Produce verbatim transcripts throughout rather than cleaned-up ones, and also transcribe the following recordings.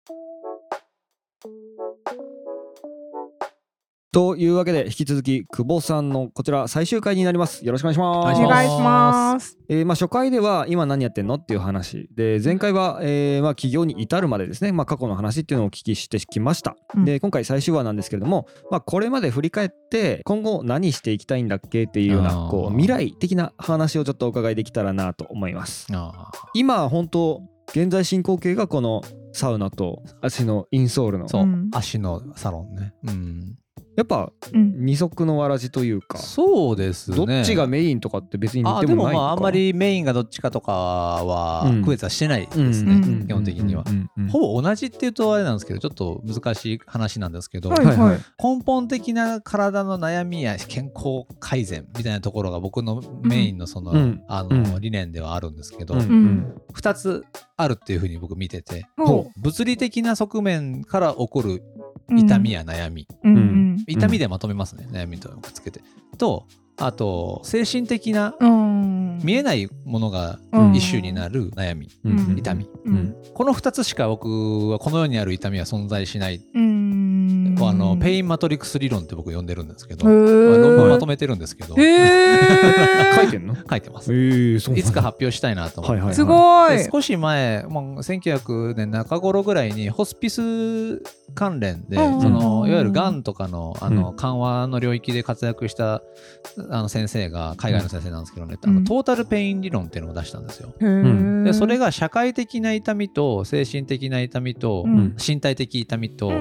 というわけで引き続き久保さんのこちら最終回になります。よろしくお願いします。 お願いします。 えー、まあ初回では今何やってんのっていう話で、前回は、えー、まあ起業に至るまでですね、まあ過去の話っていうのをお聞きしてきました、うん、で今回最終話なんですけれども、まあこれまで振り返って今後何していきたいんだっけっていうようなこう未来的な話をちょっとお伺いできたらなと思います。あ今本当現在進行形がこのサウナと足のインソールの、 そう、うん、足のサロンね、うん、 やっぱ二足のわらじというか、 うん、そうですね。 どっちがメインとかって別に言ってもないのか。 あでもまああんまりメインがどっちかとかは区別はしてないですね、うん、基本的には、うんうん、ほぼ同じっていうとあれなんですけど、ちょっと難しい話なんですけど、はいはい、根本的な体の悩みや健康改善みたいなところが僕のメインのその、うん、あの理念ではあるんですけど、うんうん、ふたつあるっていうふうに僕見てて、うん、物理的な側面から起こる痛みや悩み、うんうん、痛みでまとめますね、うん、悩みとくっつけてと、あと精神的な、うん、見えないものが一種になる悩み、うん、痛み、うん、このふたつしか僕はこの世にある痛みは存在しない、うん、あのペインマトリックス理論って僕呼んでるんですけど、論文まとめてるんですけど、書いてんの？ 書いてます。いつか発表したいなと思って、はいはいはい、 すごい。 少し前、もうせんきゅうひゃくねん中頃ぐらいにホスピス関連で、うん、そのいわゆるがんとか の, あの緩和の領域で活躍したあの先生が海外の先生なんですけどね、うん、あのトータルペイン理論っていうのを出したんですよ、うん、でそれが社会的な痛みと精神的な痛みと、うん、身体的痛みと、うん、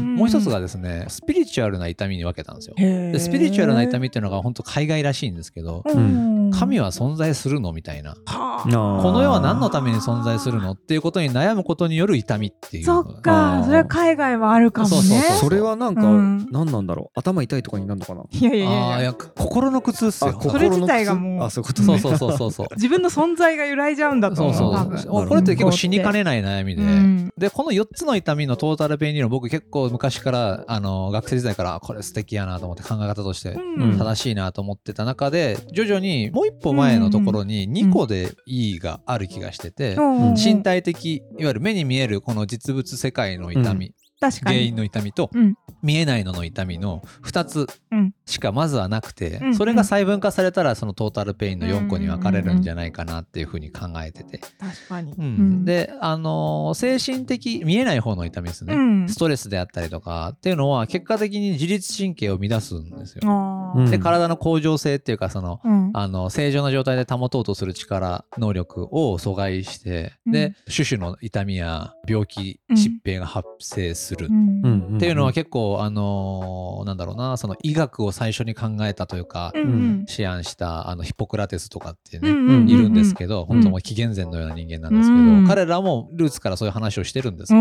もう一つがですねスピリチュアルな痛みに分けたんですよ。でスピリチュアルな痛みっていうのが本当海外らしいんですけど、うん、神は存在するのみたいな、この世は何のために存在するのっていうことに悩むことによる痛みっていう。 そっか、それは海外はあるかもね。 そうそうそう、それはなんか、うん、何なんだろう、頭痛いとかになるのかな。 いやいやいや、 あいや心の苦痛っすよ。 それ自体がもう、 あそういうことね、 そうそうそうそう自分の存在が揺らいじゃうんだと思う。 そうそうこれって結構死にかねない悩みで、うん、でこのよっつの痛みのトータルペイン理論、僕結構昔からあの学生時代からこれ素敵やなと思って、考え方として正しいなと思ってた中で、徐々にもう一歩前のところににこでいいがある気がしてて、うん、身体的いわゆる目に見えるこの実物世界の痛み、うん、原因の痛みと、うん、見えないのの痛みのふたつしかまずはなくて、うん、それが細分化されたらそのトータルペインのよんこに分かれるんじゃないかなっていうふうに考えてて、 確かに、 うん、で、あのー、精神的見えない方の痛みですね、うん、ストレスであったりとかっていうのは結果的に自律神経を乱すんですよ。で体の恒常性っていうかその、うん、あの正常な状態で保とうとする力能力を阻害して、うん、で種々の痛みや病気疾病が発生する、うん、っていうのは結構あのー、なんだろうな、その医学を最初に考えたというか、うん、思案したあのヒポクラテスとかってね、うん、いるんですけど、うん、本当もう紀元前のような人間なんですけど、うん、彼らもルーツからそういう話をしてるんですけど、うん、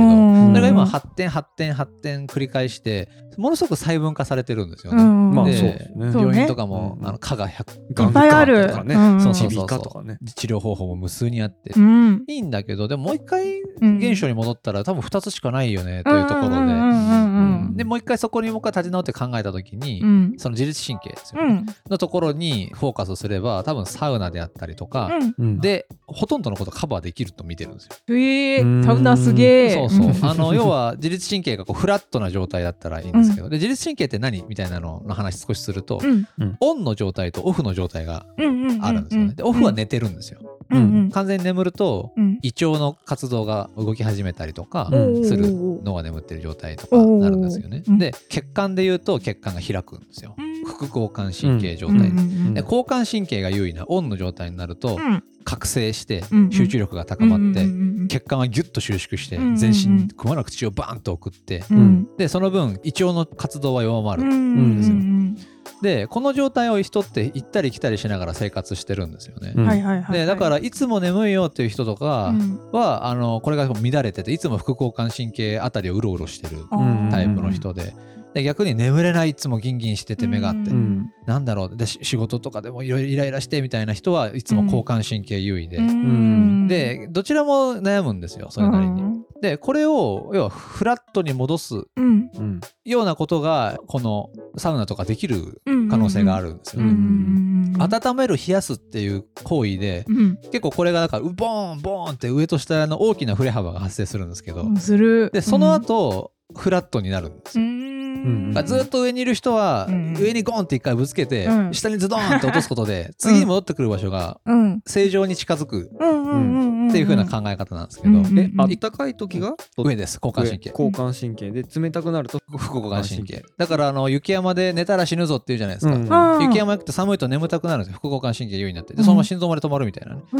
だから今発展発展発展繰り返してものすごく細分化されてるんですよね、うん、で、まあそうですね、病院とかも、うん、あの科がひゃくいっぱいある、 ね、うん、そうそうそうそう、ね、治療方法も無数にあって、うん、いいんだけど、でももう一回現象に戻ったら、うん、多分ふたつしかないよねというところで、でもう一回そこにもう一回立ち直って考えた時に、うん、その自律神経ですよね、うん、のところにフォーカスすれば多分サウナであったりとか、うん、でほとんどのことカバーできると見てるんですよ。 へー、サウナすげー。そうそう、あの要は自律神経がこうフラットな状態だったらいいんですけど、うん、で自律神経って何みたいなのの話少しすると、うん、オンの状態とオフの状態があるんですよね。でオフは寝てるんですよ、うんうん、完全に眠ると、うん、胃腸の活動が動き始めたりとかする、脳が眠ってる状態とかなるんですよね。で血管でいうと血管が開くんですよ、副交感神経状態で、うんうん、で交感神経が優位なオンの状態になると、うん、覚醒して集中力が高まって、うんうん、血管がギュッと収縮して、うんうん、全身にくまなく血をバーンと送って、うん、でその分胃腸の活動は弱まるんですよ、うんうん、でこの状態を人って行ったり来たりしながら生活してるんですよね、うん、でだからいつも眠いよっていう人とかは、うん、あのこれが乱れてていつも副交感神経あたりをうろうろしてるタイプの人で、で逆に眠れない、いつもギンギンしてて目があって、うん、なんだろう、で仕事とかでもいろいろイライラしてみたいな人はいつも交感神経優位で、うん、でどちらも悩むんですよそれなりに、うん、 でこれを要はフラットに戻すようなことがこのサウナとかできる可能性があるんですよね。温める冷やすっていう行為で、うん、結構これがだからボーンボーンって上と下の大きな振れ幅が発生するんですけど、 する。 でその後、うん、フラットになるんですよ。ずっと上にいる人は上にゴンって一回ぶつけて、うん、下にズドーンって落とすことで、うん、次に戻ってくる場所が正常に近づくっていう風な考え方なんですけど、 え、あったかい時が上です。交感神経。 交感神経で冷たくなると副交感神経。だからあの雪山で寝たら死ぬぞっていうじゃないですか、うん、雪山行くと寒いと眠たくなるんですよ。副交感神経優位になってでそのまま心臓まで止まるみたいな、ね、うん、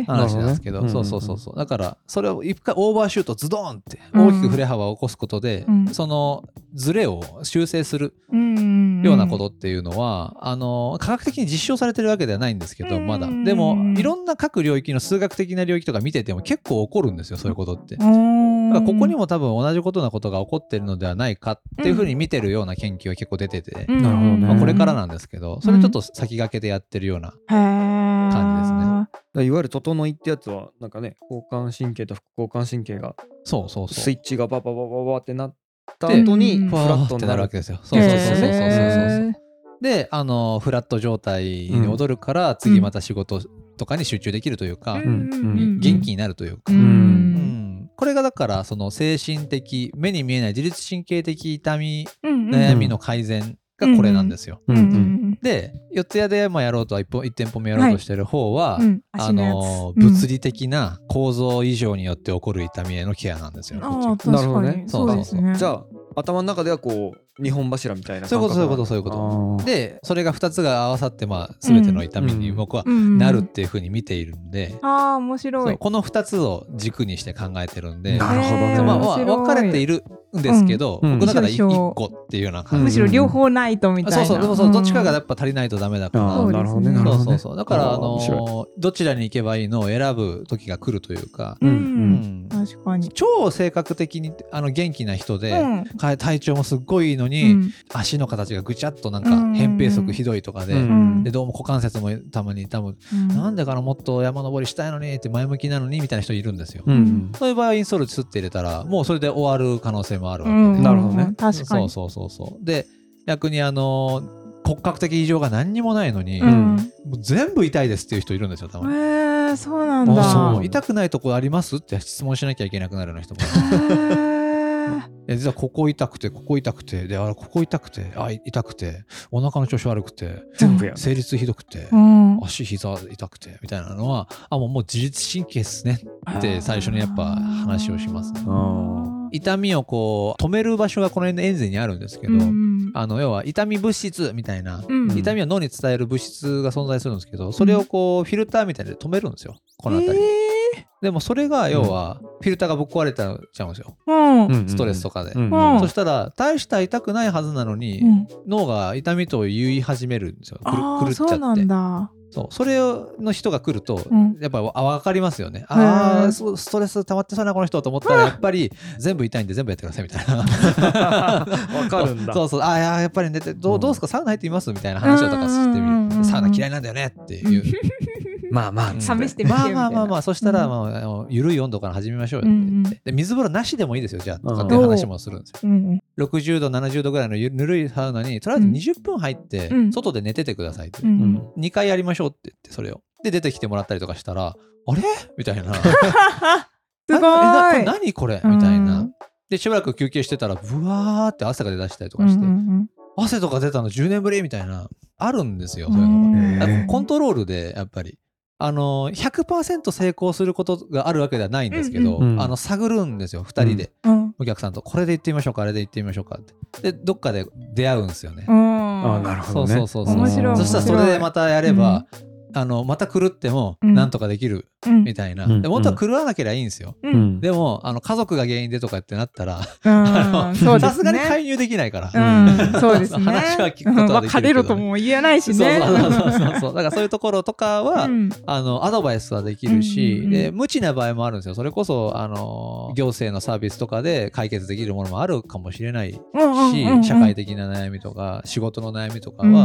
話なんですけど、そうそうそうそう。だからそれを一回オーバーシュートズドーンって大きく振れ幅を起こすことで、うん、そのズレを修正するようなことっていうのはあの科学的に実証されてるわけではないんですけど、まだでもいろんな各領域の数学的な領域とか見てても結構起こるんですよ、そういうことって。だからここにも多分同じことなことが起こってるのではないかっていうふうに見てるような研究は結構出てて、うん、まあ、これからなんですけど、それちょっと先駆けでやってるような感じですね。 いわゆる整いってやつはなんかね、交感神経と副交感神経がそうそうそうスイッチがバババババってなった後にフラットになるわけですよ。そうそうそうそうそうそう。で、あのフラット状態に戻るから、うん、次また仕事とかに集中できるというか、うん、元気になるというか、うんうん、これがだからその精神的目に見えない自律神経的痛み、うんうん、悩みの改善がこれなんですよ。うんうん、で四谷でまあやろうとは 1, いち店舗目やろうとしてる方は、はい、うん、あの物理的な構造異常によって起こる痛みへのケアなんですよ。 あ、確かにそうそうそう。 じゃあ頭の中ではこう二本柱みたいなそういうことそういうことそういうことで、それがふたつが合わさってまあ全ての痛みに僕はなるっていうふうに見ているんで、 うんうん、ああ面白い。 このふたつを軸にして考えてるんで、 なるほどね、 まあ、分かれているんですけど、うん、僕の中ではいっこっていうような感じ、 むしろ両方ないとみたいな、 そうそうそう、どっちかがやっぱ足りないとダメだから、 うん、なるほどね、なるほどね。 そうそうそう、だからあのー、どちらに行けばいいのを選ぶ時が来るというか、 うんうん、確かに超性格的にあの元気な人で、うん、体調もすっごいいいのに、うん、足の形がぐちゃっとなんか扁平足ひどいとかで、うん、でどうも股関節もたまに多分、うん、なんでかなもっと山登りしたいのにって前向きなのにみたいな人いるんですよ、うん、そういう場合はインストールスッて入れたらもうそれで終わる可能性もあるわけで、うん、 なるほどね、 確かにそうそうそうそう。で逆にあの骨格的異常が何にもないのに、うん、もう全部痛いですっていう人いるんですよ、たまに。 へー、そうなんだ。 そう痛くないとこありますって質問しなきゃいけなくなるような人もいや実はここ痛くてここ痛くてであここ痛くてあ痛くてお腹の調子悪くて全部や生理痛ひどくて、うん、足膝痛くてみたいなのはあもう、もう自律神経っすねって最初にやっぱ話をしますね。痛みをこう止める場所がこの辺のエンゼにあるんですけど、うん、あの要は痛み物質みたいな、うん、痛みを脳に伝える物質が存在するんですけど、それをこうフィルターみたいで止めるんですよ、この辺り、えー、でもそれが要はフィルターがぶっ壊れちゃうんですよ、うん、ストレスとかで、うんうん、そしたら大した痛くないはずなのに、うん、脳が痛みと言い始めるんですよ、狂っちゃって。 そうなんだ。 そうそれの人が来ると、うん、やっぱり分かりますよね。ああストレス溜まってそうなこの人と思ったらやっぱり全部痛いんで全部やってくださいみたいな分かるんだ。 そうそう、ああやっぱりねどうどうすかサウナ入ってみますみたいな話をとかしてみる。サウナ嫌いなんだよねっていうまあまあ試してみてみたいな。 まあまあまあまあそしたら、まあ、あの緩い温度から始めましょうよって言って、で水風呂なしでもいいですよじゃあとかっていう話もするんですよ。ろくじゅうどななじゅうどぐらいのぬるいサウナにとりあえずにじゅっぷん入って外で寝ててくださいって、うん、にかいやりましょうって言ってそれをで出てきてもらったりとかしたらあれみたいなすごいな何これみたいな。でしばらく休憩してたらブワーって汗が出だしたりとかして、うんうんうん、汗とか出たのじゅうねんぶりみたいなあるんですよ、そういうのが。コントロールでやっぱりあの ひゃくパーセント 成功することがあるわけではないんですけど、うんうん、あの探るんですよふたりで、うん、お客さんとこれで行ってみましょうかあれで行ってみましょうかってでどっかで出会うんですよね。 あなるほどね。 そうそうそうそう面白い。そしたらそれでまたやれば、うん、あのまた狂ってもなんとかできるみたいな、うん、で本当は狂わなければいいんですよ、うん、でもあの家族が原因でとかってなったらさすがに介入できないから、 うん、そうですね話は聞くことはできるけど、ね、 勝てるとも言えないしね。 そうそうそうそうそうだからそういうところとかは、うん、あのアドバイスはできるし、うんうんうん、で無知な場合もあるんですよ。それこそあの行政のサービスとかで解決できるものもあるかもしれないし、うんうんうんうん、社会的な悩みとか仕事の悩みとかは、うん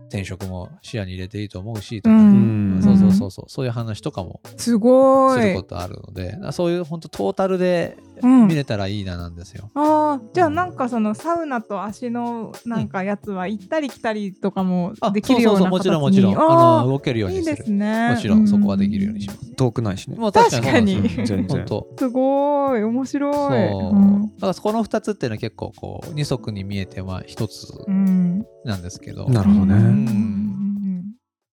転職も視野に入れていいと思うしとか、 うね、 んそうそうそうそうそういう話とかもすごいすることあるので、そういう本当トータルでうん見れたらいいななんですよ。 あーじゃあなんかそのサウナと足のなんかやつは行ったり来たりとかもあできるような形にそうそうそうもちろんもちろんあの動けるようにする。 いいですね。 もちろんそこはできるようにします。 遠くないしね。 もう確かにそうなんですよ確かに本当すごい面白い。 そう、 うんだからこのふたつっていうのは結構こう二足に見えてはひとつうんなんですけど、 なるほどね。 うん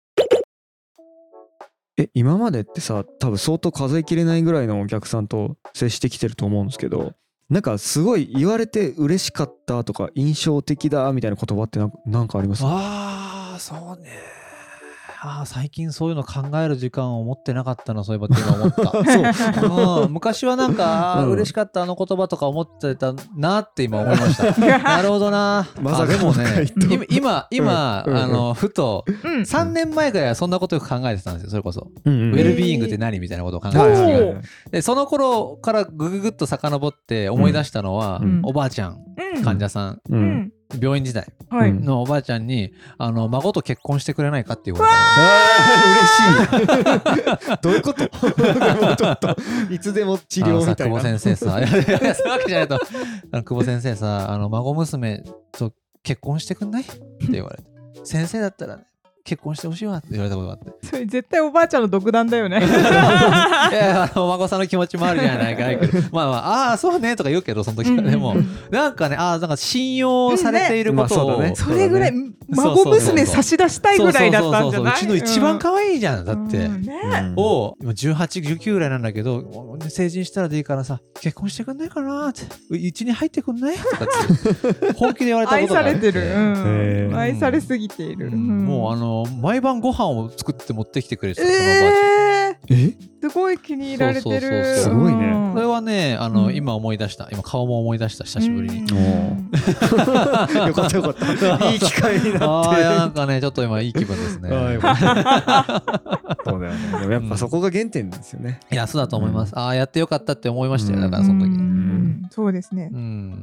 え今までってさ多分相当数えきれないぐらいのお客さんと接してきてると思うんですけど、なんかすごい言われて嬉しかったとか印象的だみたいな言葉ってなんかなんかあります？ ああそうね。あ最近そういうの考える時間を持ってなかったなそういえばって今思ったそう、うん、昔はなんか、うん、嬉しかったあの言葉とか思ってたなって今思いましたなるほどな。まさかでもね今今、うん、あのふと、うん、さんねんまえぐらいはそんなことよく考えてたんですよ。それこそ、うんうん、ウェルビーイングって何みたいなことを考えてたんですけど、でその頃からぐぐぐっと遡って思い出したのは、うん、おばあちゃん、うん、患者さん、うん病院時代のおばあちゃんに、あの孫と結婚してくれないかって言われた。 あ嬉しいどういうこともうちょっといつでも治療みたいな。 久保先生さいやいやそういうわけじゃないと久保先生さあの孫娘と結婚してくんないって言われて先生だったらね結婚してほしいわって言われたことがあって、 それ絶対おばあちゃんの独断だよねいやあのお孫さんの気持ちもあるじゃないかまあまあああそうねとか言うけどその時はでも、うんうん、なんかねああなんか信用されていることを、 うんね、それぐらい孫娘差し出したいぐらいだったんじゃない？ うちの一番可愛いじゃん、うん、だって、 うんね、 を今じゅうはち、じゅうきゅうぐらいなんだけど成人したらでいいからさ結婚してくんないかなってうちに入ってくんないとかって本気で言われたことがあって愛されてる、うん、愛されすぎている、うん、 もうあの毎晩ご飯を作って持ってきてくれてた、 えー、 そのおばあちゃんえすごい気に入られてる。そうそうそうすごいね。 それはねあの、うん、今思い出した今顔も思い出した久しぶりに、うん、 よかったよかったいい機会になってあいやなんかねちょっと今いい気分ですねそうだよね。でもやっぱそこが原点ですよね、 うん、いやそうだと思います、うん、ああやってよかったって思いましたよだからその時、うん、 そうですね、うん、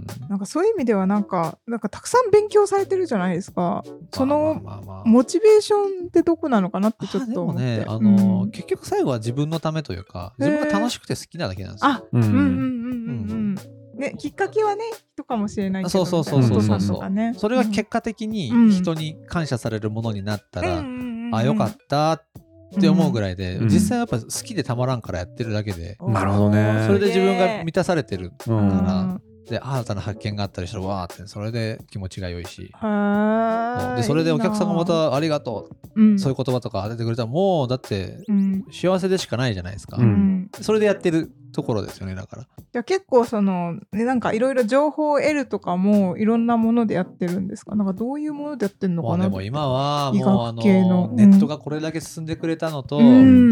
なんかそういう意味ではなんかなんかたくさん勉強されてるじゃないですか。そのモチベーションってどこなのかなってちょっと思って、 でもねあの、うん、結局最後は自分のためというか自分が楽しくて好きなだけなんですよ。 あ、うんうんうんうんうんね、きっかけはね人かもしれないけど、 そうそうそうそうそうそう、 ね、 それが結果的に人に感謝されるものになったら、うん、あよかったって思うぐらいで、うん、実際やっぱ好きでたまらんからやってるだけで、 なるほどね。 それで自分が満たされてるから、うんで新たな発見があったりしたらわーってそれで気持ちが良いし、でそれでお客さんがまたありがとう、うん、そういう言葉とか当ててくれたらもうだって幸せでしかないじゃないですか、うん、それでやってるところですよね。だからじゃあ結構その、ね、なんかいろいろ情報を得るとかもいろんなものでやってるんですか？なんかどういうものでやってるのかな。 まあ、でも今はもうあの、うん、ネットがこれだけ進んでくれたのと、うん、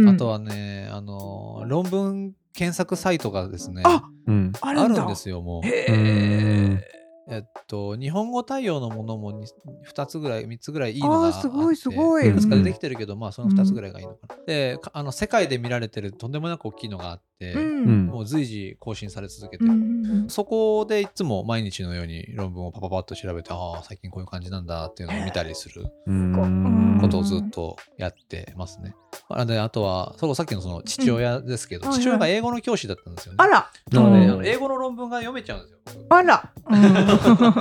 あとはねあの論文検索サイトがですね あ,、うん、あるんですよもう。へえっと日本語対応のものもふたつぐらいみっつぐらいいいのがあって、 あすごいすごい、 いくつかできてるけど、まあそのふたつぐらいがいいのかな、うん、であの世界で見られてるとんでもなく大きいのがあって、うん、もう随時更新され続けてる、うん、そこでいつも毎日のように論文をパパパッと調べて、ああ最近こういう感じなんだっていうのを見たりすることをずっとやってますね。あであとはそのさっきのその父親ですけど、うん、父親が英語の教師だったんですよね。 あらなので、うん、英語の論文が読めちゃうんですよ。 あら、うん、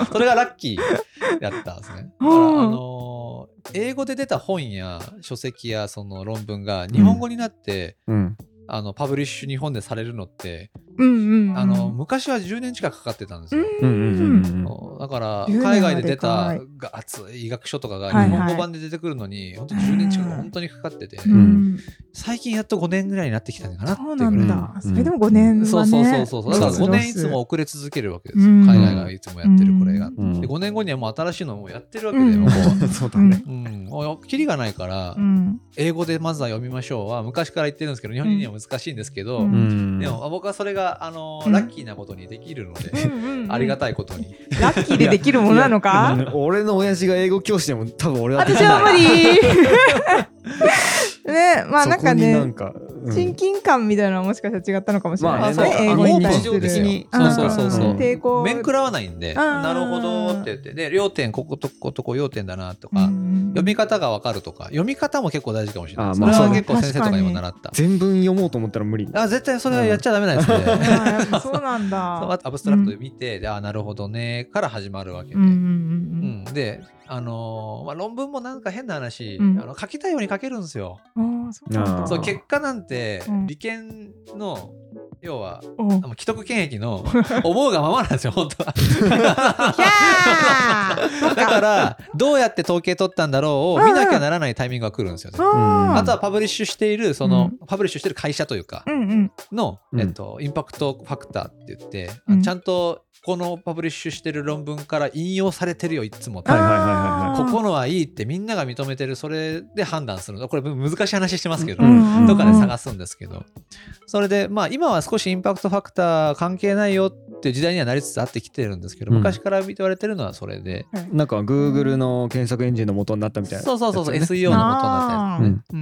それがラッキーだったんですね。だから、あのー、英語で出た本や書籍やその論文が日本語になって、うん、あのパブリッシュ日本でされるのって、うんうんうん、あの昔はじゅうねん近くかかってたんですよ、うんうんうん、だから海外で出た熱い医学書とかが日本語版で出てくるのに、はいはい、本当にじゅうねん近く本当にかかってて、うん、最近やっとごねんぐらいになってきたのかなっていうぐらい。そうなんだ、 うん、それでもごねんはね、 そうそうそうそうだからごねんいつも遅れ続けるわけですよ、うん、海外がいつもやってるこれが、うん、でごねんごにはもう新しいのもやってるわけで、うん、向こうはそうだね、うん、もうキリがないから、うん、英語でまずは読みましょうは昔から言ってるんですけど日本人には難しいんですけど、うん、でも僕はそれがあの、うん、ラッキーなことにできるので、うん、ありがたいことにラッキーでできるものなのか俺の親父が英語教師でも多分俺はできない。 私は無理ねまあなんかねなんか親近感みたいなのはもしかしたら違ったのかもしれないですね、 まあ、 英語に対するオープンですよ。そうそうそうそう、抵抗面食らわないんで、なるほどって言って、で要点こことこことこ要点だなとか、読み方が分かるとか、読み方も結構大事かもしれない。それは結構先生とかにも習った。 全文読もうと思ったら無理。 あ、絶対それはやっちゃダメなんですね。 そうなんだ。 アブストラクトで見て、で、あ、なるほどねから始まるわけで、うん、で、あのーまあ、論文もなんか変な話、うん、あの書きたいように書けるんですよ。 あ、そうなんだ。 そう、結果なんて、うん、理研の要は、うん、既得権益の思うがままなんですよ本当は。だからどうやって統計取ったんだろうを見なきゃならないタイミングが来るんですよね。うん、あとはパブリッシュしているその、うん、パブリッシュしている会社というかの、うん、えっと、インパクトファクターって言って、うん、ちゃんとこのパブリッシュしてる論文から引用されてるよいつも、はいはいはいはい、ここのはいいってみんなが認めてる、それで判断するの。これ難しい話してますけど、うん、とかで探すんですけど、それでまあ今は少しインパクトファクター関係ないよっていう時代にはなりつつあってきてるんですけど、うん、昔から言われてるのはそれで、 なんか Google の検索エンジンの元になったみたいな、 そうそうそうそう、 エスイーオー の元になったやつ、うんうん、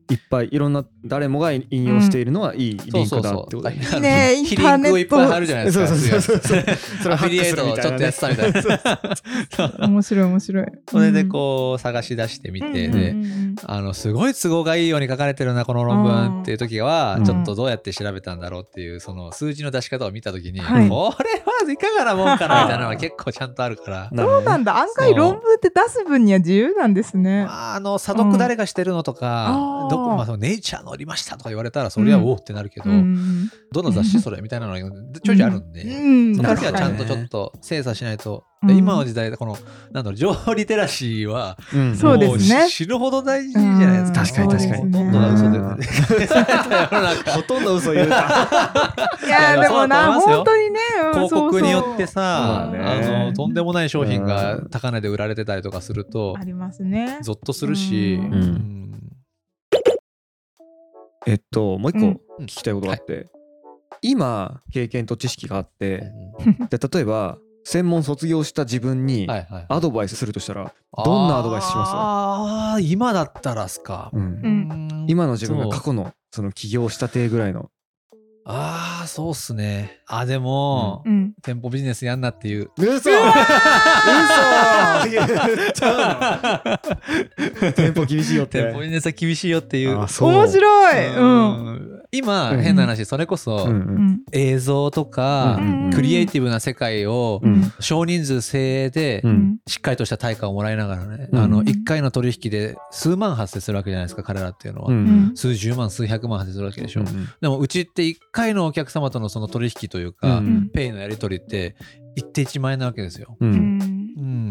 いっぱいいろんな誰もが引用しているのはいいリンクだってこと、うん、そうそうそう、 ね、インターネットリンクをいっぱい貼るじゃないですか。 そうそうそうそう、 それアフィリエイトをちょっとやってたみたいな。 面白い面白い。 それでこう探し出してみて、うん、で、あのすごい都合がいいように書かれてるなこの論文っていう時はちょっとどうやって調べたんだろうっていうその数字の出し方を見た時に、はい、これはいかがなもんかなみたいなのは結構ちゃんとあるから。 そうなんだ、案外論文って出す分には自由なんですね。 まあ、あの査読誰がしてるのとか、うん、どこ、まあ、そのネイチャー載りましたとか言われたらそれはおおってなるけど、うん、どの雑誌それみたいなのがちょいちょいあるんで、うん、その時はちゃんとちょっと精査しないと、うん、今の時代このなんだろう情報リテラシーは、うん、 そうですね、 死ぬほど大事じゃないですか。 確かに確かに、 ほとんどが嘘でほとんど嘘言うか。 いやでもな本当にね、 広告によってさ、あのとんでもない商品が高値で売られてたりとかするとありますね、 ゾッとするし、うんうん、 えっともう一個聞きたいことがあって、うん、はい、今経験と知識があって、うん、で例えば専門卒業した自分にアドバイスするとしたらどんなアドバイスします？ ああ、今だったらっすか、うん、 今の自分が過去のその起業したてぐらいの。 ああ、そうっすね。あ、でも、うん、店舗ビジネスやんなっていう。 嘘嘘言っちゃうの。店舗厳しいよって。 店舗ビジネスは厳しいよっていう。 面白い。うん、 今、うん、変な話、それこそ、うん、映像とか、うん、クリエイティブな世界を、うん、少人数精鋭で、うん、しっかりとした対価をもらいながらね、うん、あのいっかいの取引で数万発生するわけじゃないですか、彼らっていうのは、うん、数十万数百万発生するわけでしょ、うん、でもうちっていっかいのお客様とのその取引というか、うん、ペイのやり取りって一手いちまん円なわけですよ、うんうん、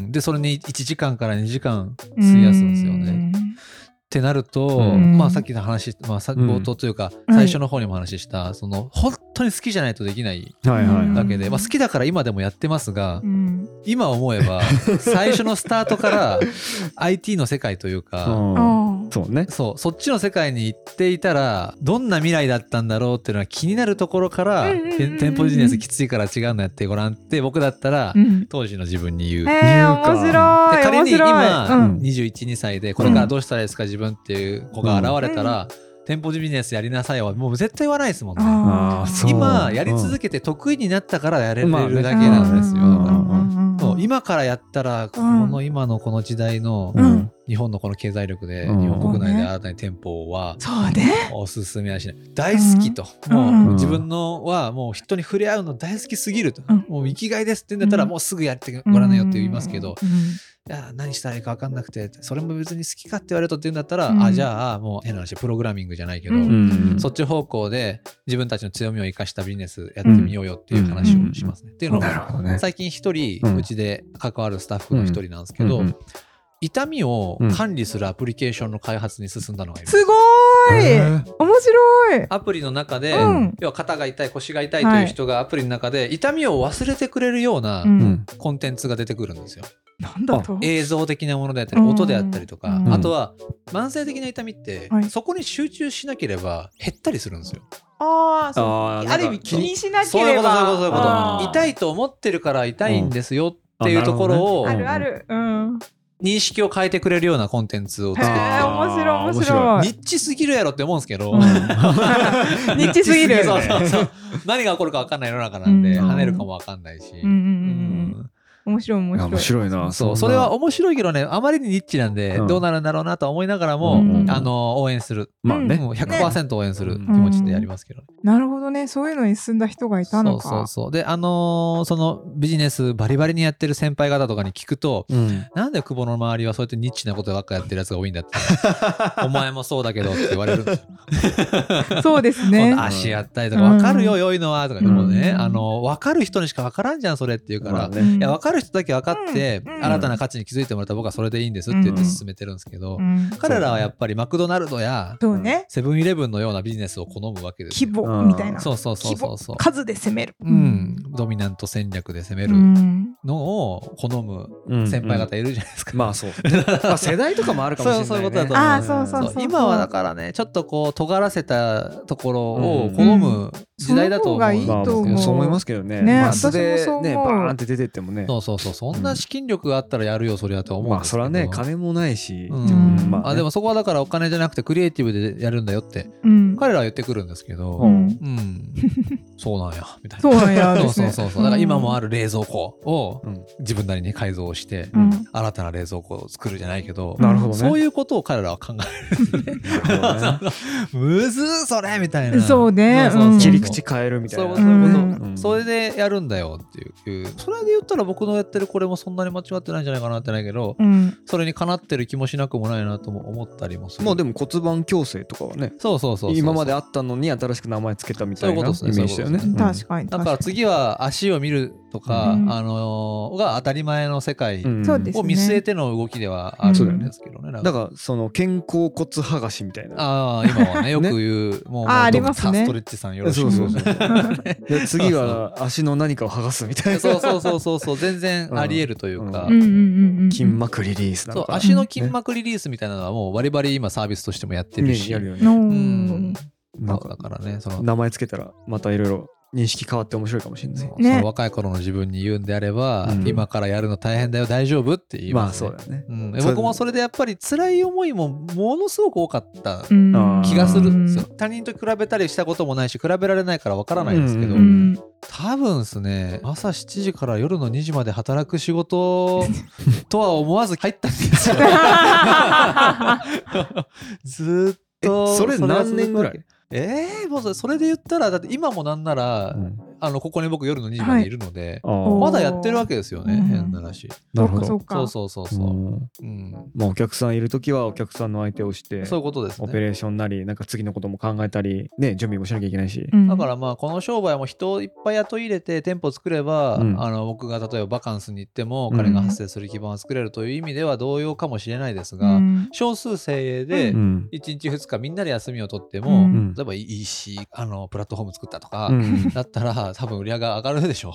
でそれにいちじかんからにじかん費やすんですよね、ってなると、うん、まあさっきの話、まあ、冒頭というか、うん、最初の方にも話した、その本当に好きじゃないとできないだけで、まあ、好きだから今でもやってますが、うん、今思えば最初のスタートから アイティー の世界というか、 そうね、 そう、そっちの世界に行っていたらどんな未来だったんだろうっていうのは気になるところから、店舗ビジネスきついから違うのやってごらんって僕だったら、うん、当時の自分に言う。 えー、面白い。 で仮に今にじゅういち、にさいでこれからどうしたらいいですか自分っていう子が現れたら、うん、店舗ビジネスやりなさいはもう絶対言わないですもんね。今やり続けて得意になったからやれるだけなんですよ。そう今からやったらこの今のこの時代の日本のこの経済力で日本国内で新たに店舗はおすすめはしない。大好きと、もう自分のはもう人に触れ合うの大好きすぎると、もう生きがいですって言うんだったらもうすぐやってごらんよって言いますけど、いや何したらいいか分かんなくてそれも別に好きかって言われるとって言うんだったら、うん、あじゃあもう変な話プログラミングじゃないけど、うん、そっち方向で自分たちの強みを生かしたビジネスやってみようよっていう話をしますね、うん、っていうのも、ね、最近一人うちで関わるスタッフの一人なんですけど、うんうん、痛みを管理するアプリケーションの開発に進んだのがいる。 すごい、えー、面白い。 アプリの中で、うん、要は肩が痛い腰が痛いという人がアプリの中で痛みを忘れてくれるようなコンテンツが出てくるんですよ。 なんだと映像的なものであったり音であったりとか、うん、あとは慢性的な痛みって、うん、そこに集中しなければ減ったりするんですよ。 あそうあある意味気にしなければ、 そういうことそういうことそういうこと、痛いと思ってるから痛いんですよっていうところを、 あるある、うん、 認識を変えてくれるようなコンテンツを作って、 へー面白い面白い。 ニッチすぎるやろって思うんですけど、 うん、ニッチすぎる。 そうそうそう何が起こるか分かんない世の中なんで、 うん、 跳ねるかも分かんないし、 うんうんうんうん面白い面白い。 面白いな。 そう、それは面白いけどね、あまりにニッチなんで、うん、どうなるんだろうなと思いながらも、うん、あの応援する。 まあね、 もう ひゃくパーセント 応援する気持ちでやりますけど、ねうん。なるほどね、そういうのに進んだ人がいたのか。 そうそうそう。で、あのー、そのビジネスバリバリにやってる先輩方とかに聞くと、うん、なんで久保の周りはそうやってニッチなことばっかやってるやつが多いんだって。お前もそうだけどって言われるんですよ。 そうですね。 足やったりとか、分かるよ、良いのはとか、でもね、あの分かる人にしか分からんじゃんそれって言うから、ね、いや分かる人だけ分かって。で新たな価値に気づいてもらったら僕はそれでいいんですって言って進めてるんですけど、うんうん、彼らはやっぱりマクドナルドやセブンイレブンのようなビジネスを好むわけですよ。 規模みたいな。 そうそうそうそうそう。 数で攻める、 うん、ドミナント戦略で攻めるのを好む先輩方いるじゃないですか。 うんうん、まあそう、まあ世代とかもあるかもしれないね。 そうそういうことだと思う。 あそうそうそうそう。 今はだからねちょっとこう尖らせたところを好む時代だと思う。 いいと思う。 そう思いますけどね。 ね、 マスでねバーンって出てってもね。 そうそうそう。そんな資金力があったらやるよそれはと思うんですけど。 まあそれはね金もないし。 うんうんまあ、あでもそこはだからお金じゃなくてクリエイティブでやるんだよって、うん、彼らは言ってくるんですけど、うん、うん、そうなんやみたいな。 そうなんや。 そうそうそうそう。だから今もある冷蔵庫を自分なりに改造して、うん、新たな冷蔵庫を作るじゃないけど、 なるほどね、 そういうことを彼らは考えるんですね。むずーそれみたいな。 そうね。 切り口変えるみたいな。 そういうこと。うん、それでやるんだよっていう。それで言ったら僕のやってるこれもそんなに間違ってないんじゃないかなってないけど、うん、それにかなってる気もしなくもないなとも思ったりもする。 まあでも骨盤矯正とかはね、 そうそうそうそう、 今まであったのに新しく名前つけたみたいなイメージだよね。 確かに。 だから次は足を見るとか、うん、あのー、が当たり前の世界を見据えての動きではあるんですけどね。 だからその肩甲骨剥がしみたいな。 ああ今はねよく言う、ね、もうあドクターストレッチさんよろしく。 そうそうそうで次は足の何かを剥がすみたいな。 そうそうそうそうそう全然あり得るというか、 筋膜リリースなのかな。 そう足の筋膜リリースみたいなのはもうバリバリ今サービスとしてもやってるし、 ね、やるよね。 うん、だからねその名前つけたらまたいろいろ認識変わって面白いかもしれない。 その若い頃の自分に言うんであれば、うん、今からやるの大変だよ大丈夫って言いますね。 まあそうだよね、 うん、僕もそれでやっぱり辛い思いもものすごく多かった気がするんですよ。他人と比べたりしたこともないし比べられないからわからないんですけど、うん、多分ですね朝しちじから夜のにじまで働く仕事とは思わず入ったんですよ。ずっとそれ何年ぐらい？ えー、もうそれで言ったらだって今もなんなら、うん、あのここに僕夜のにじまでいるので、はい、まだやってるわけですよね、うん、変な話。 なるほど。 そうそうそうそう、うんうん、まあお客さんいるときはお客さんの相手をしてそういうことですね。 オペレーションなりなんか次のことも考えたりね準備もしなきゃいけないし、 うん、だからまあこの商売も人をいっぱい雇い入れて店舗作れば、うん、あの僕が例えばバカンスに行っても彼が発生する基盤を作れるという意味では同様かもしれないですが、うん、少数精鋭でいちにちふつかみんなで休みを取っても、うん、例えば イーシー あのプラットフォーム作ったとか、うん、だったら多分売り上げ上がるでしょ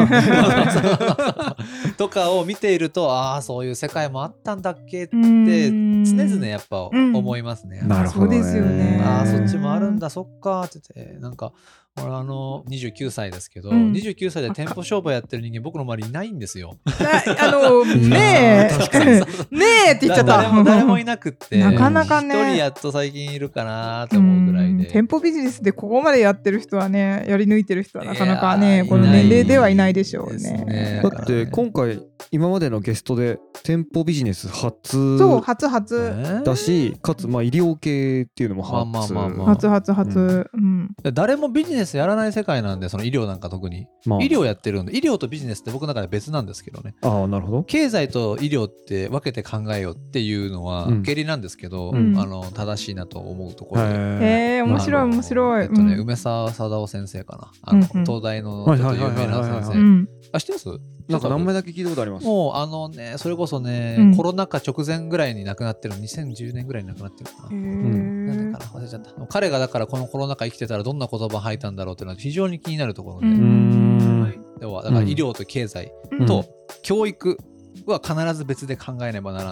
とかを見ているとああそういう世界もあったんだっけって常々やっぱ思いますね。 なるほどね。 そうですよね。 ああそっちもあるんだそっかって言ってなんか俺あのにじゅうきゅうさいですけど、うん、にじゅうきゅうさいで店舗商売やってる人間僕の周りいないんですよ。 あのねえねえって言っちゃった。 誰も誰もいなくってなかなかね一人やっと最近いるかなって思うぐらいで、 店舗ビジネスでここまでやってる人はねやり抜いてる人はなかなかねこの年齢ではいないでしょう ね, ねだって今回今までのゲストで店舗ビジネス初そう初初だしかつまあ医療系っていうのも初、 まあまあまあまあ、 初初初、うんうん、誰もビジネスやらない世界なんでその医療なんか特に、まあ、医療やってるんで医療とビジネスって僕の中で別なんですけどね。 ああなるほど。 経済と医療って分けて考えようっていうのは受け入れなんですけど、うん、あの正しいなと思うところで、 へえ面白い面白い。 えっとね、うん、梅沢貞夫先生かなあの、うんうん、東大のちょっと有名な先生、あ知ってます？ なんか名前だけ聞いたことあります。 もうあのねそれこそね、うん、コロナ禍直前ぐらいに亡くなってるにせんじゅうねんぐらいに亡くなってるかな。なんでかな忘れちゃった。彼がだからこのコロナ禍生きてたらどんな言葉吐いたんだろうっていうのは非常に気になるところで、はい、ではだから医療と経済と教育は必ず別で考えねばならんと。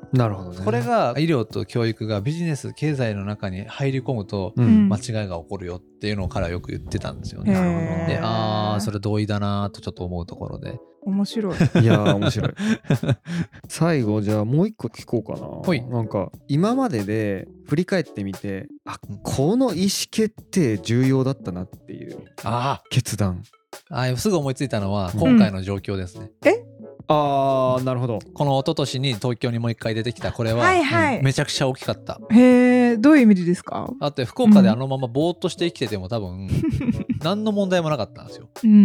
なるほどね。 これが医療と教育がビジネス経済の中に入り込むと間違いが起こるよっていうのを彼はよく言ってたんですよね。で、ああそれ同意だなとちょっと思うところで。 面白い。 いやー面白い。最後じゃあもう一個聞こうかな。はい。なんか今までで振り返ってみて、あ、この意思決定重要だったなっていう決断。 ああすぐ思いついたのは今回の状況ですね。 うん、え？ あーなるほど。 この一昨年に東京にもう一回出てきたこれは、 はいはい、 めちゃくちゃ大きかった。 へえ、どういう意味でですか？ だって福岡であのままぼーっとして生きてても多分何の問題もなかったんですよ。 うん、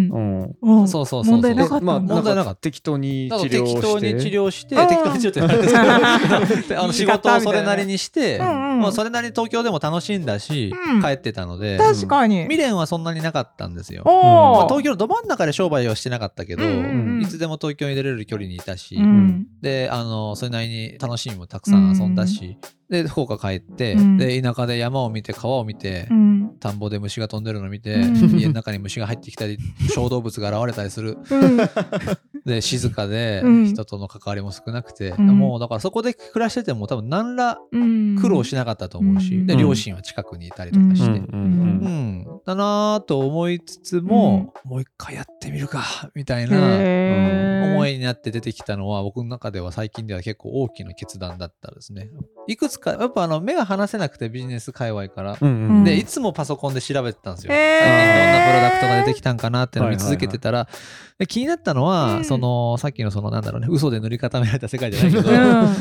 うん、そうそうそうそう。 問題なかった。 まあ問題なかった。 適当に治療して。 適当に治療して、適当に治療って言われてあの仕事をそれなりにして、うんうん、まあそれなりに東京でも楽しんだし、うん、帰ってたので、 確かに未練はそんなになかったんですよ。まあ、東京のど真ん中で商売はしてなかったけど、うんうんうん、いつでも東京に出れる距離にいたし、うん、であのそれなりに楽しみもたくさん遊んだし、うん、で福岡帰って、うん、で田舎で山を見て川を見て、うん、田んぼで虫が飛んでるのを見て、うん、家の中に虫が入ってきたり小動物が現れたりする、うん、で静かで人との関わりも少なくて、うん、もうだからそこで暮らしてても多分何ら苦労しなかったと思うし、うん、で両親は近くにいたりとかして、うんうんうん、だなと思いつつも、うん、もう一回やってみるかみたいな思いになって出てきたのは僕の中では最近では結構大きな決断だったですね。いくつかやっぱあの目が離せなくてビジネス界隈から、うんうん、でいつもパソコンで調べてたんですよ。最近どんなプロダクトが出てきたんかなってのを見続けてたら、はいはいはい、で気になったのは、うん、そのさっきのそのなんだろうね嘘で塗り固められた世界じゃないけど、うん、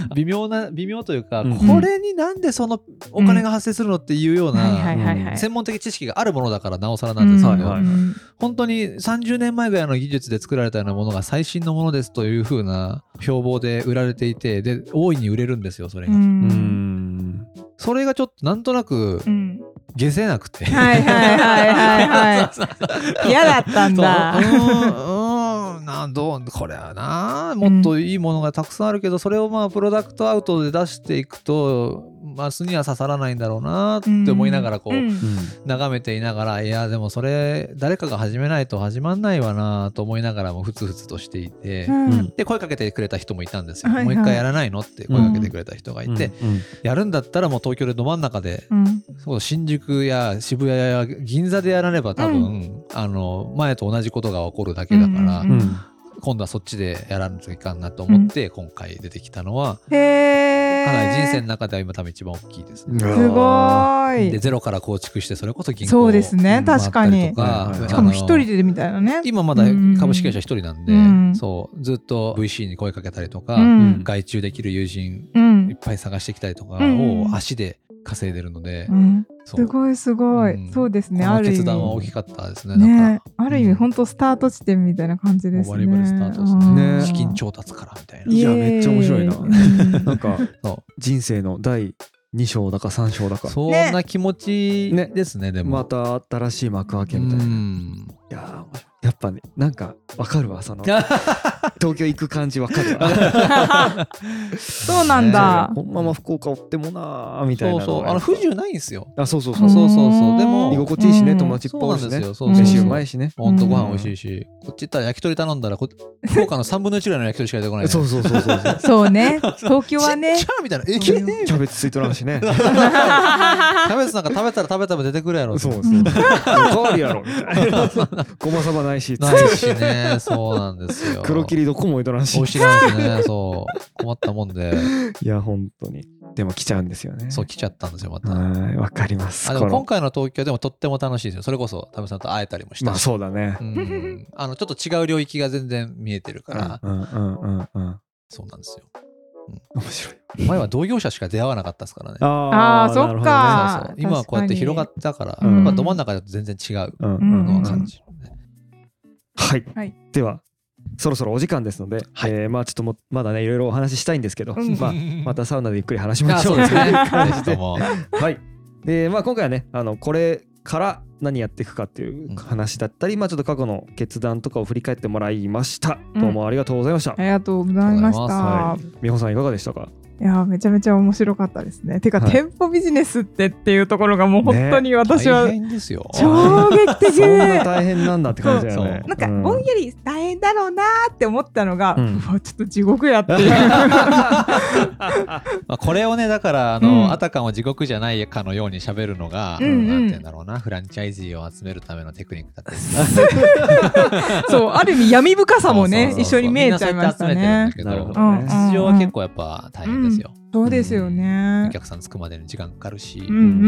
微妙な微妙というか、うん、これになんでそのお金が発生するのっていうような専門的知識があるものだからなおさらなんですけど、うんはいはいはい、本当にさんじゅうねんまえぐらいの技術で作られたようなものが最新のものですという風な標榜で売られていて、で大いに売れるんですよそれが。うんそれがちょっとなんとなく、うん下せなくてはいはいはいはいはい嫌だったんだ。 うーんうんなどうこれはなもっといいものがたくさんあるけど、うん、それをまあプロダクトアウトで出していくとマスには刺さらないんだろうなって思いながらこう、うん、眺めていながらいやでもそれ誰かが始めないと始まんないわなと思いながらもふつふつとしていて、うん、で声かけてくれた人もいたんですよ、はいはい、もう一回やらないのって声かけてくれた人がいて、うん、やるんだったらもう東京でど真ん中で、うん、そう新宿や渋谷や銀座でやらねば多分、うん、あの前と同じことが起こるだけだから、うんうん、今度はそっちでやらないといかんなと思って今回出てきたのは、うん、へかなり人生の中では今多分一番大きいですね。 すごい。 でゼロから構築してそれこそ銀行そうですね確かに。しかも一人でみたいなね。 今まだ株式会社一人なんで、うん、そうずっと ブイシー に声かけたりとか、うん、外注できる友人いっぱい探してきたりとかを足で稼いでるので、うん、 すごいすごい、うん、そうですね。 この決断は大きかったですね。 ねだからある意味本当スタート地点みたいな感じですね。 バリバリスタートですね。ね資金調達からみたいな。 いやめっちゃ面白いな。なんか人生の第に章だかさん章だかそんな気持ちですね。でもまた新しい幕開けみたいな。うんいややっぱねなんかわかるわその東京行く感じわかるわそうなんだ。 このまま福岡おってもなーみたいな。 そうそうあの不自由ないんですよ。 あそうそうそうそうそうそうでも居心地いいしね友達いっぱいいるしね飯うまいしねほんとご飯美味しいしこっち行ったら焼き鳥頼んだらこ福岡のさんぶんのいちぐらいの焼き鳥しか出てこない、ね、 そうそうそうそうそうそうね東京はねちっちゃみたいなえキャベツついとらんしねキャベツなんか食べたら食べたら出てくるやろそうそうおかわりやろみたいなごまさばないしないしねそうなんですよ。 黒霧どこも置いとらんし美味しいなんですねそう困ったもんでいや本当にでも来ちゃうんですよね。 そう来ちゃったんですよまた。 わかります。 あでも今回の東京でもとっても楽しいですよ。それこそ田部さんと会えたりもしたし。 まあそうだね。 うんあのちょっと違う領域が全然見えてるから。うんうんうんうん。そうなんですよ。 うん、面白い。 前は同業者しか出会わなかったですからね。 ああそっか、 ね、そうそう今はこうやって広がったから、うん、やっぱど真ん中だと全然違うのは感じる、ねうんうんはい、はい、ではそろそろお時間ですので、はい、えー、まあちょっともまだねいろいろお話ししたいんですけど、うん、まあ、またサウナでゆっくり話しましょうという感じで、はい。でまあ今回はねあのこれから何やっていくかっていう話だったり、うん、まあちょっと過去の決断とかを振り返ってもらいました。どうもありがとうございました。 うん、ありがとうございました。 美穂さんいかがでしたか？ いやめちゃめちゃ面白かったですね。てか、はい、店舗ビジネスってっていうところがもう本当に私は、 ね、大変ですよ。 衝撃的そんな大変なんだって感じだよね。 なんかぼんやり大変だろうなって思ったのが、うん、うわちょっと地獄やっていうまあこれをねだからあの、うん、あたかも地獄じゃないかのように喋るのが、うんうん、なんて言うんだろうな、フランチャイズを集めるためのテクニックだったそうある意味闇深さもね一緒に見えちゃいましたね。 実情は結構やっぱ大変ですよ。 うんそうですよね、 うん、お客さんつくまでに時間かかるし、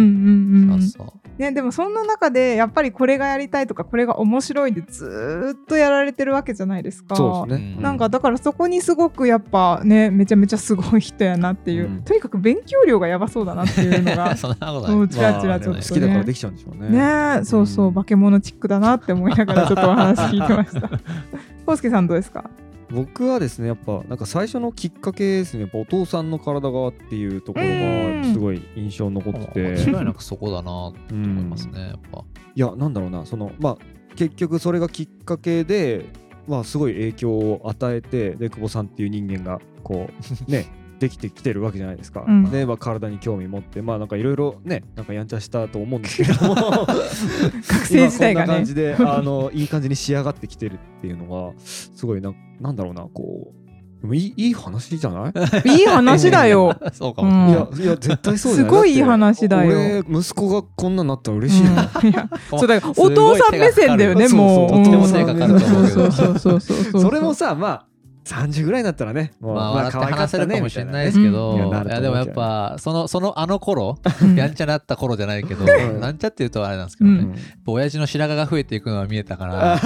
でもそんな中でやっぱりこれがやりたいとかこれが面白いでずっとやられてるわけじゃないですか。 そうですね、 なんかだからそこにすごくやっぱねめちゃめちゃすごい人やなっていう、うん、とにかく勉強量がやばそうだなっていうのがそんなことない、 ちらちらちょっと、ね、 好きだからできちゃうんでしょうね。 ね、そうそう、化け物チックだなって思いながらちょっとお話聞いてましたコウスケさんどうですか？ 僕はですねやっぱなんか最初のきっかけですね、やっぱお父さんの体がっていうところがすごい印象に残ってて、 間違いなくそこだなと思いますね、やっぱ。 いやなんだろうな、そのまあ結局それがきっかけでまあすごい影響を与えて、で久保さんっていう人間がこうねできてきてるわけじゃないですか、うん、で、まあ、体に興味持ってまあなんかいろいろねなんかやんちゃしたと思うんですけども学生時代がねこんな感じであのいい感じに仕上がってきてるっていうのがすごい な, なんだろうなこうでもい い, いい話じゃないいい話だよそうかもしれない、 うん、いやいや絶対そうじゃないすごいいい話だよ。 俺息子がこんなになったら嬉しいな、 うん、いやそうだからお父さん目線だよねもうとっても手がかかると思うけどそうそうそうそうそれもさまあさんじゅうぐらいになったらね、 もうまあ笑って話せるかもしれないですけど、いやでもやっぱそのそのあの頃やんちゃなった頃じゃないけど、なんちゃっていうとあれなんですけどね、親父の白髪が増えていくのは見えたからやっ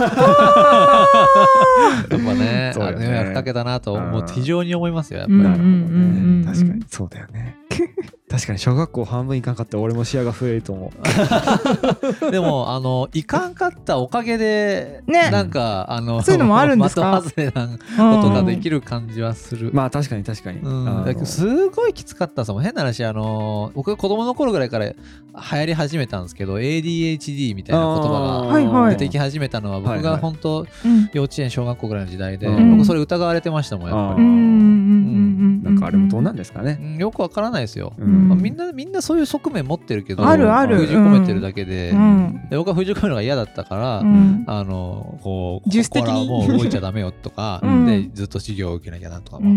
ぱね迷惑かけたなと思う非常に思いますよやっぱり。 確かにそうだよね。確かに小学校半分いかんかったら俺も視野が増えると思うでもあのいかんかったおかげで、ね、なんかあのそういうのもあるんですか？ 的外れなことができる感じはする。 まあ確かに確かに、 うん、だけどすごいきつかったですもん。変な話あの僕が子供の頃ぐらいから流行り始めたんですけど エーディーエイチディー みたいな言葉が出てき始めたのは僕が本当幼稚園小学校ぐらいの時代で、僕それ疑われてましたもんやっぱり。 なんかあれもどうなんですかね、 うん、よくわからないですよ、うんまあ、みんなみんなそういう側面持ってるけどあるある封じ込めてるだけで、うん、で僕は封じ込めるのが嫌だったから、うん、あのこうここからもう動いちゃダメよとか、うん、でずっと授業を受けなきゃなとかも、うん、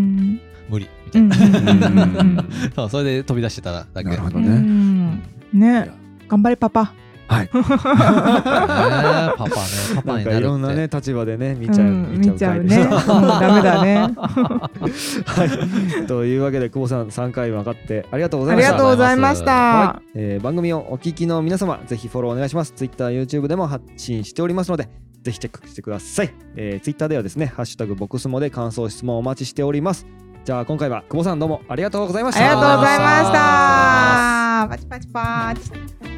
無理みたいなそうそれで飛び出してただけ。 なるほどね、 うん、ね頑張れパパ。 はい、 ね、パパね、パパになるって。 いろんなね立場でね見ちゃう、うん、 見ちゃうね。もうダメだね。 はい。というわけで久保さんさんかい分かってありがとうございました。 ありがとうございました。 はい、えー、番組をお聞きの皆様ぜひフォローお願いします。Twitter、YouTube でも発信しておりますのでぜひチェックしてください。えー、Twitter ではですねハッシュタグボクスモで感想質問をお待ちしております。じゃあ今回は久保さんどうもありがとうございました。 ありがとうございました。パチパチパチ。